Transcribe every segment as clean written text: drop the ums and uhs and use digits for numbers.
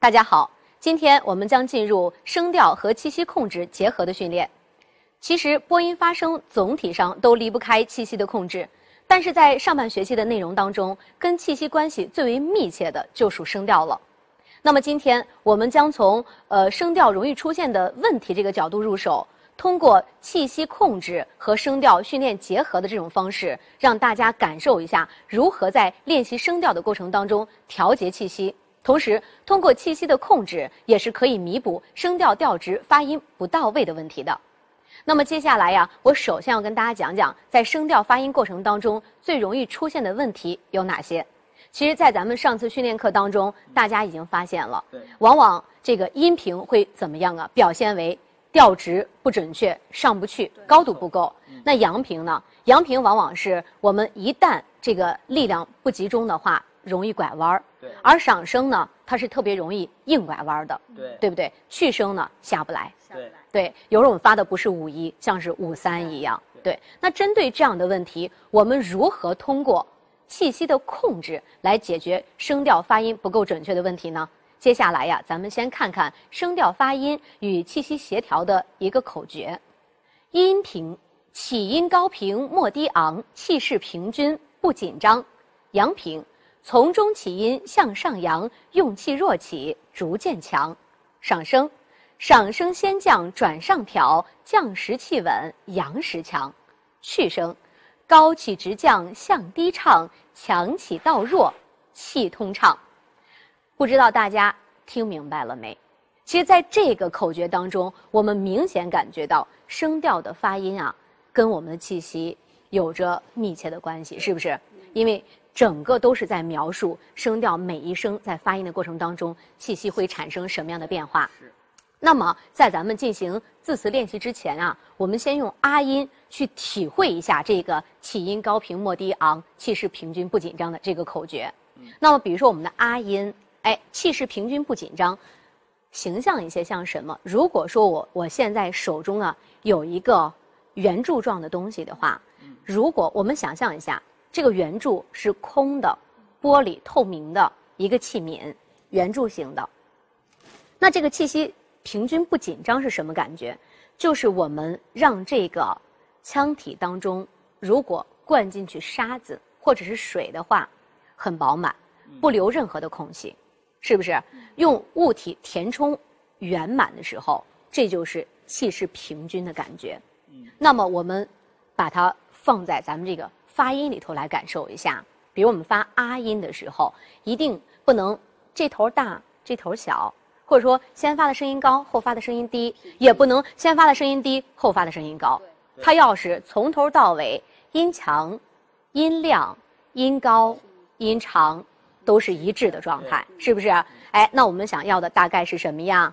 大家好，今天我们将进入声调和气息控制结合的训练。其实播音发声总体上都离不开气息的控制，但是在上半学期的内容当中，跟气息关系最为密切的就属声调了。那么今天我们将从声调容易出现的问题这个角度入手，通过气息控制和声调训练结合的这种方式，让大家感受一下如何在练习声调的过程当中调节气息。同时，通过气息的控制，也是可以弥补声调调值发音不到位的问题的。那么接下来呀，我首先要跟大家讲讲，在声调发音过程当中最容易出现的问题有哪些。其实，在咱们上次训练课当中，大家已经发现了，往往这个音频会怎么样啊？表现为调值不准确，上不去，高度不够。那阳平呢？阳平往往是我们一旦这个力量不集中的话，容易拐弯儿。而上声呢，它是特别容易硬拐弯的，对不对？去声呢下不来，对，有时候我们发的不是5-1，像是5-3一样，对。那针对这样的问题，我们如何通过气息的控制来解决声调发音不够准确的问题呢？接下来呀，咱们先看看声调发音与气息协调的一个口诀：音平，起音高平莫低昂，气势平均不紧张；阳平，从中起音向上扬，用气弱起，逐渐强；上升，上升先降转上挑，降时气稳，扬时强；去声，高起直降向低唱，强起到弱，气通畅。不知道大家听明白了没？其实在这个口诀当中，我们明显感觉到声调的发音啊，跟我们的气息有着密切的关系，是不是？因为整个都是在描述声调每一声在发音的过程当中，气息会产生什么样的变化。那么在咱们进行字词练习之前啊，我们先用啊音去体会一下这个起音高平莫低昂，气势平均不紧张的这个口诀。那么比如说我们的啊音，气势平均不紧张，形象一些像什么？如果说我现在手中啊有一个圆柱状的东西的话，如果我们想象一下，这个圆柱是空的，玻璃透明的一个器皿，圆柱形的。那这个气息平均不紧张是什么感觉？就是我们让这个腔体当中，如果灌进去沙子或者是水的话，很饱满，不留任何的空隙，是不是？用物体填充圆满的时候，这就是气势平均的感觉。那么我们把它放在咱们这个发音里头来感受一下。比如我们发啊音的时候，一定不能这头大这头小，或者说先发的声音高后发的声音低，也不能先发的声音低后发的声音高。它要是从头到尾音强、音亮、音高、音长都是一致的状态，是不是？那我们想要的大概是什么样？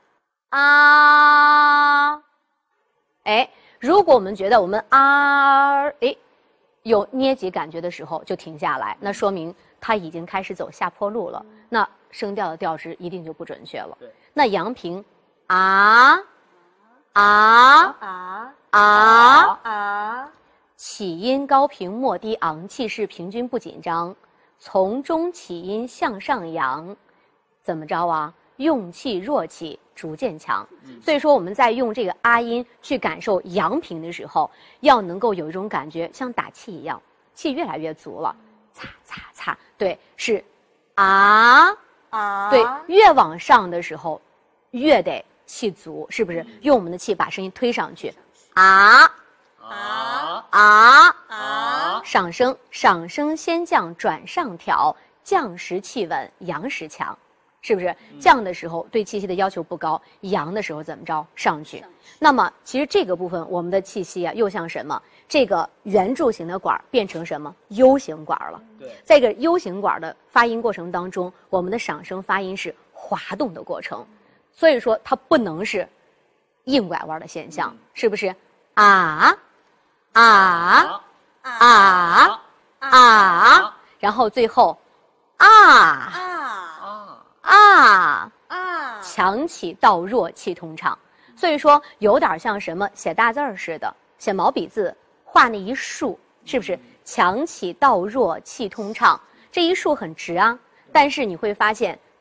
啊，如果我们觉得我们啊，有捏挤感觉的时候就停下来，那说明它已经开始走下坡路了，那声调的调值一定就不准确了。那阳平啊啊啊啊啊，起音高平莫低昂，气势平均不紧张，从中起音向上扬，怎么着啊？用气弱起，逐渐强。所以说我们在用这个啊音去感受阳平的时候，要能够有一种感觉，像打气一样，气越来越足了，擦擦擦，对，是啊啊，对，越往上的时候，越得气足，是不是？用我们的气把声音推上去，啊啊啊啊，上升，上升先降转上挑，降时气稳，扬时强。是不是降的时候对气息的要求不高，扬的时候怎么着上去？那么其实这个部分我们的气息啊，又像什么？这个圆柱形的管变成什么 U 型管了？在这个 U 型管的发音过程当中，我们的上声发音是滑动的过程，所以说它不能是硬拐弯的现象，是不是？啊啊啊啊，然后最后啊。强起到弱，气通畅。所以说有点像什么写大字儿似的，写毛笔字画那一竖，是不是强起到弱，气通畅？这一竖很直啊，但是你会发现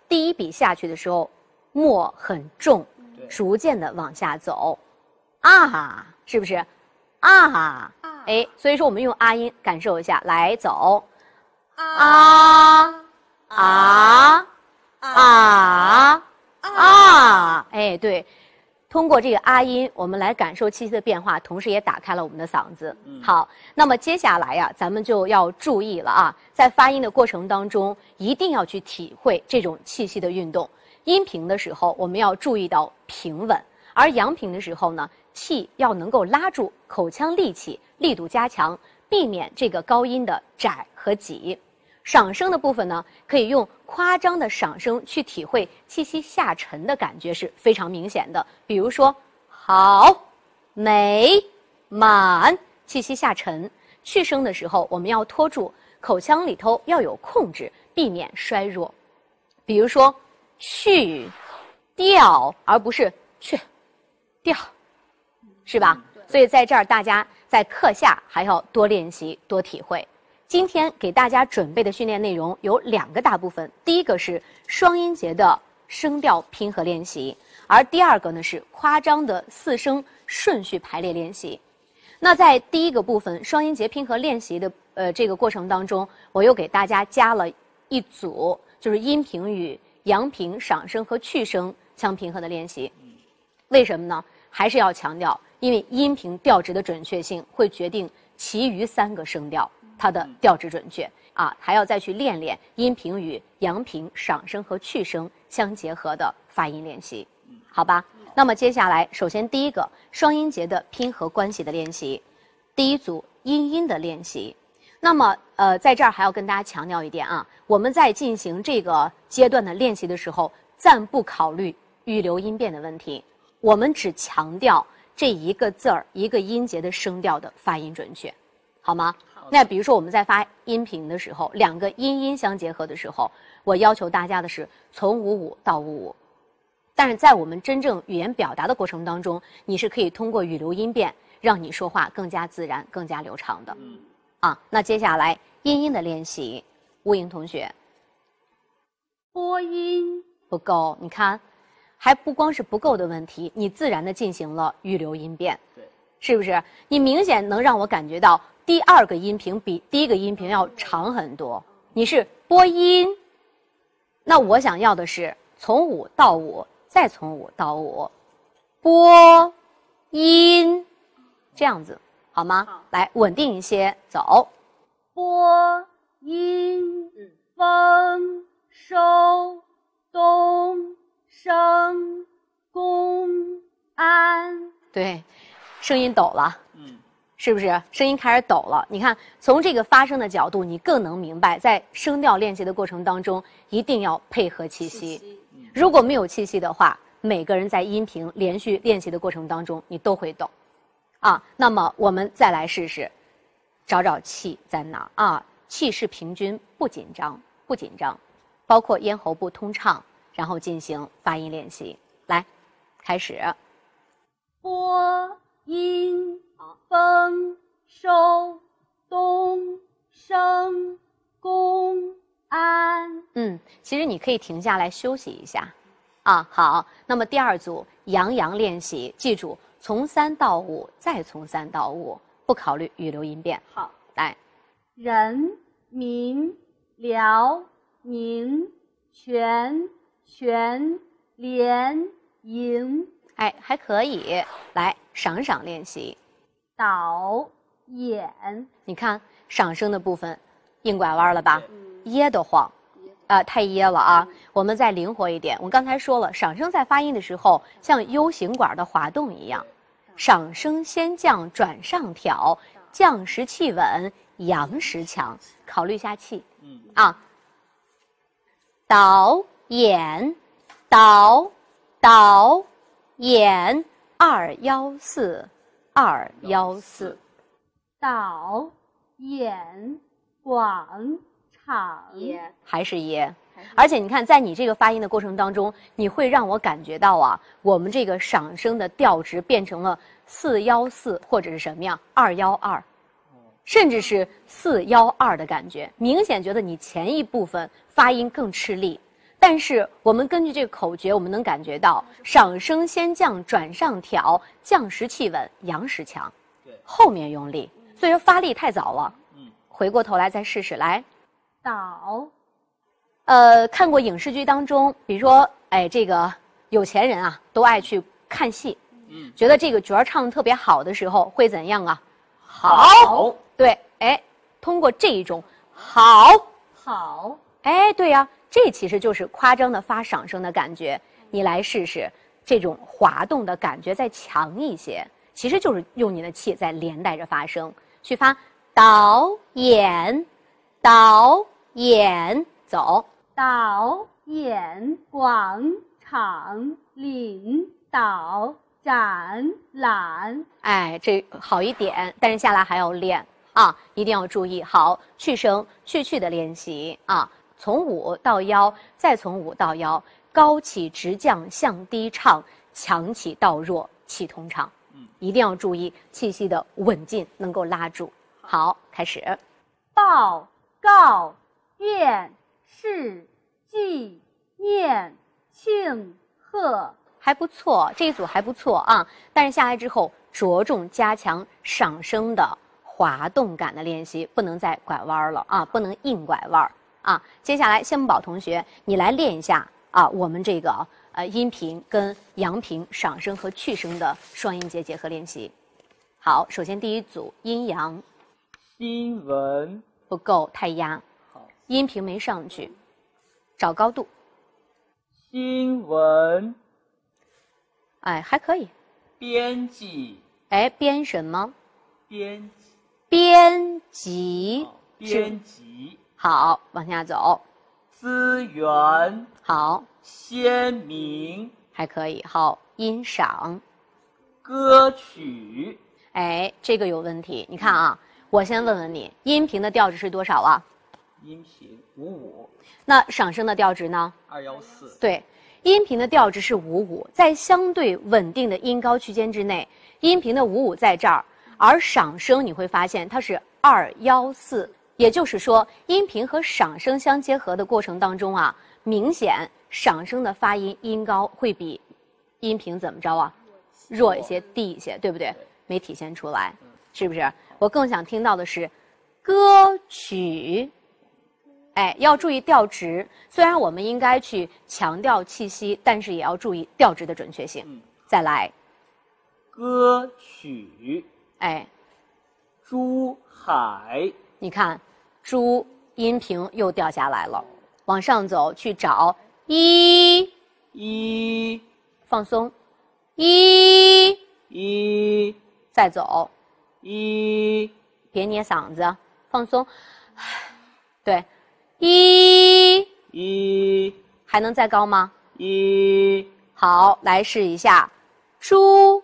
第一笔下去的时候，墨很重，逐渐的往下走，啊，是不是？啊，哎，所以说我们用啊音感受一下，来走，啊啊啊啊，哎，对。通过这个啊音，我们来感受气息的变化，同时也打开了我们的嗓子。好，那么接下来呀，咱们就要注意了啊，在发音的过程当中，一定要去体会这种气息的运动。阴平的时候，我们要注意到平稳；而阳平的时候呢，气要能够拉住，口腔力气力度加强，避免这个高音的窄和挤。赏声的部分呢，可以用夸张的赏声去体会气息下沉的感觉是非常明显的。比如说，好、美、满，气息下沉。去声的时候，我们要拖住，口腔里头要有控制，避免衰弱。比如说，去、掉，而不是去、掉，是吧？所以在这儿，大家在课下还要多练习、多体会。今天给大家准备的训练内容有2个大部分，第一个是双音节的声调拼合练习，而第2个呢是夸张的4声顺序排列练习。那在第一个部分双音节拼合练习的这个过程当中，我又给大家加了一组，就是阴平与阳平、赏声和去声相拼合的练习。为什么呢？还是要强调，因为阴平调值的准确性会决定其余3个声调它的调值准确啊，还要再去练练阴平与阳平、赏声和去声相结合的发音练习，好吧？那么接下来，首先第一个双音节的拼合关系的练习，第一组阴音的练习。那么在这儿还要跟大家强调一点啊，我们在进行这个阶段的练习的时候，暂不考虑预留音变的问题，我们只强调这一个字儿、一个音节的声调的发音准确，好吗？那比如说我们在发阴平的时候，2个阴音相结合的时候，我要求大家的是从55到55。但是在我们真正语言表达的过程当中，你是可以通过预留音变，让你说话更加自然、更加流畅的。那接下来阴音的练习，吴颖同学， 播音不够，你看，还不光是不够的问题，你自然的进行了预留音变， 对， 是不是？你明显能让我感觉到第2个音频比第1个音频要长很多。你是播音，那我想要的是从5到5，再从5到5，播音，这样子好吗？ 好， 来，稳定一些，走。 播音丰收东升公安。 对，声音抖了。是不是声音开始抖了？你看，从这个发声的角度，你更能明白，在声调练习的过程当中，一定要配合气息。如果没有气息的话，每个人在音频连续练习的过程当中，你都会抖。那么我们再来试试，找找气在哪啊？气势平均，不紧张，不紧张，包括咽喉部通畅，然后进行发音练习。来，开始。 播音丰收东升公安。 其实你可以停下来休息一下。好，那么第2组阳阳练习，记住从3到5，再从3到5，不考虑预留音变。 好， 来， 人民辽宁全全连营。 还可以。来，赏赏练习。 导演， 你看赏声的部分，硬拐弯了吧？噎得慌，太噎了啊！我们再灵活一点。我刚才说了，赏声在发音的时候，像 U 型管的滑动一样，赏声先降转上挑，降时气稳，扬时强。考虑一下气。导演，导演，214。214， 导演广场， 还是耶。而且你看，在你这个发音的过程当中，你会让我感觉到我们这个赏声的调值变成了414，或者是什么样212，甚至是412的感觉，明显觉得你前一部分发音更吃力。 但是我们根据这个口诀，我们能感觉到上升先降，转上挑，降时气稳，扬时强。 对， 后面用力，所以说发力太早了。回过头来再试试，来， 倒， 看过影视剧当中，比如说，哎，这个有钱人啊，都爱去看戏，觉得这个角儿唱得特别好的时候，会怎样啊？好，对，哎，通过这一种好， 好， 哎，对呀，这其实就是夸张的发上声的感觉。你来试试，这种滑动的感觉再强一些，其实就是用你的气在连带着发声，去发导演，导演，走。 导演广场领导展览。 哎，这好一点，但是下来还要练啊，一定要注意好去声去的练习啊。从5到1，再从5到1，高起直降向低唱，强起到弱气通畅。一定要注意气息的稳进，能够拉住。好，开始。 报告电视纪念庆贺。 还不错，这一组还不错啊。但是下来之后，着重加强上升的滑动感的练习，不能再拐弯了啊，不能硬拐弯啊。接下来，谢木宝同学，你来练一下啊，我们这个阴平跟阳平上升和去声的双音节结合练习。好，首先第一组阴阳， 新闻不够，太压， 好， 阴平没上去，找高度。 新闻哎，还可以。 编辑， 哎，编什么？ 编编辑。 编辑， 好，往下走。 资源， 好， 鲜明， 还可以。好，欣赏。 歌曲， 哎，这个有问题。你看啊，我先问问你，阴平的调值是多少啊？ 音频55， 那上升的调值呢 214， 对，阴平的调值是55，在相对稳定的音高区间之内，阴平的55在这儿，而上升你会发现它是214，也就是说，阴平和上升相结合的过程当中啊，明显上升的发音音高会比阴平怎么着啊？弱一些，低一些，对不对？没体现出来，是不是？我更想听到的是歌曲。哎，要注意调值。虽然我们应该去强调气息，但是也要注意调值的准确性。再来， 歌曲， 哎， 珠海， 你看，珠音平又掉下来了，往上走去找一，放松，一，再走，别捏嗓子，放松，对。还能再高吗？好，来试一下，猪，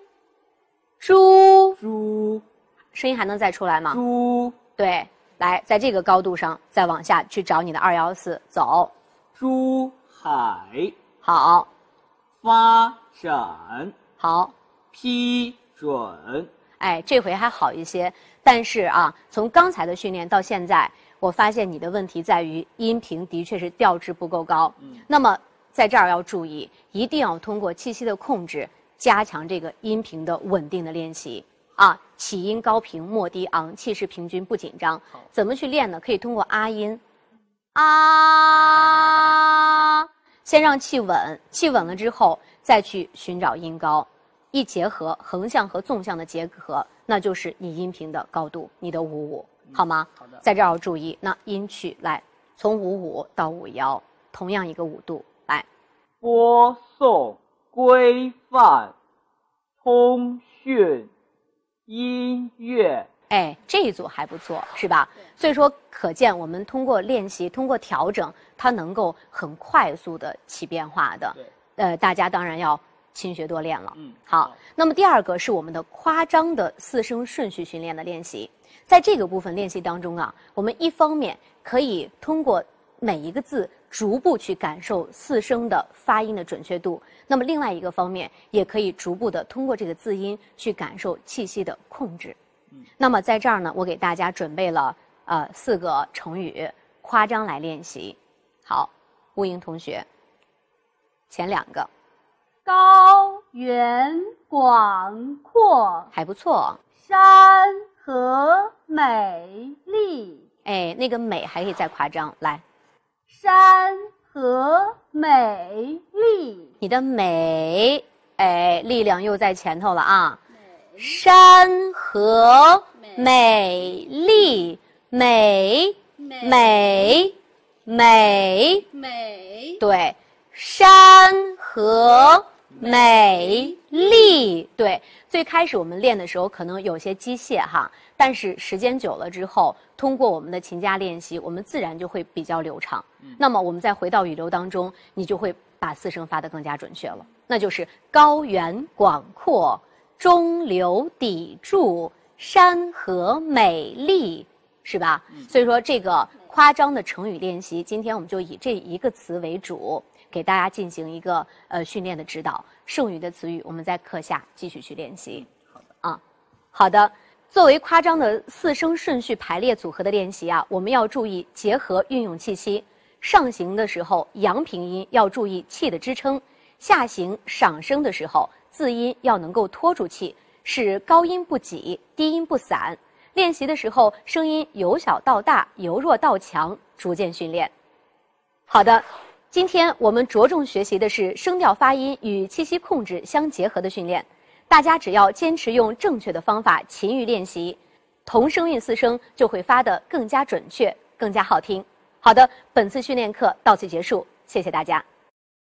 声音还能再出来吗？对，来，在这个高度上再往下去找你的214，走。 珠海， 好， 发展， 好， 批准。 哎，这回还好一些，但是啊，从刚才的训练到现在。我发现你的问题在于音平的确是调值不够高，那么在这儿要注意，一定要通过气息的控制，加强这个音平的稳定的练习啊，起音高平，末低昂，气势平均不紧张。怎么去练呢？可以通过啊音，啊，先让气稳，气稳了之后再去寻找音高，一结合，横向和纵向的结合，那就是你音平的高度，你的55。好吗？ 好的， 在这儿要注意，那音去来，从55到51，同样一个5度，来， 播送、规范、通讯、音乐， 哎，这一组还不错，是吧？所以说，可见我们通过练习，通过调整，它能够很快速的起变化的。大家当然要勤学多练了。好，那么第二个是我们的夸张的4声顺序训练的练习。在这个部分练习当中啊，我们一方面可以通过每一个字逐步去感受4声的发音的准确度，那么另外一个方面也可以逐步的通过这个字音去感受气息的控制。那么在这儿呢，我给大家准备了4个成语，夸张来练习。好，乌莹同学， 前两个高原广阔， 还不错。 山河美丽， 哎，那个美还可以再夸张，来， 山河美丽， 你的美，哎，力量又在前头了啊。山河美丽，美美美美对，山河美丽，对。最开始我们练的时候可能有些机械哈，但是时间久了之后，通过我们的勤加练习，我们自然就会比较流畅。那么我们再回到语流当中，你就会把四声发得更加准确了，那就是高原广阔，中流砥柱，山河美丽，是吧？所以说这个夸张的成语练习，今天我们就以这一个词为主，给大家进行一个训练的指导。剩余的词语我们在课下继续去练习。好的啊，好的。作为夸张的四声顺序排列组合的练习啊，我们要注意结合运用气息。上行的时候，阳平音要注意气的支撑；下行上升的时候，字音要能够拖住气，使高音不挤，低音不散。练习的时候，声音由小到大，由弱到强，逐渐训练。好的，今天我们着重学习的是声调发音与气息控制相结合的训练。大家只要坚持用正确的方法勤于练习，同声韵四声就会发得更加准确，更加好听。好的，本次训练课到此结束，谢谢大家。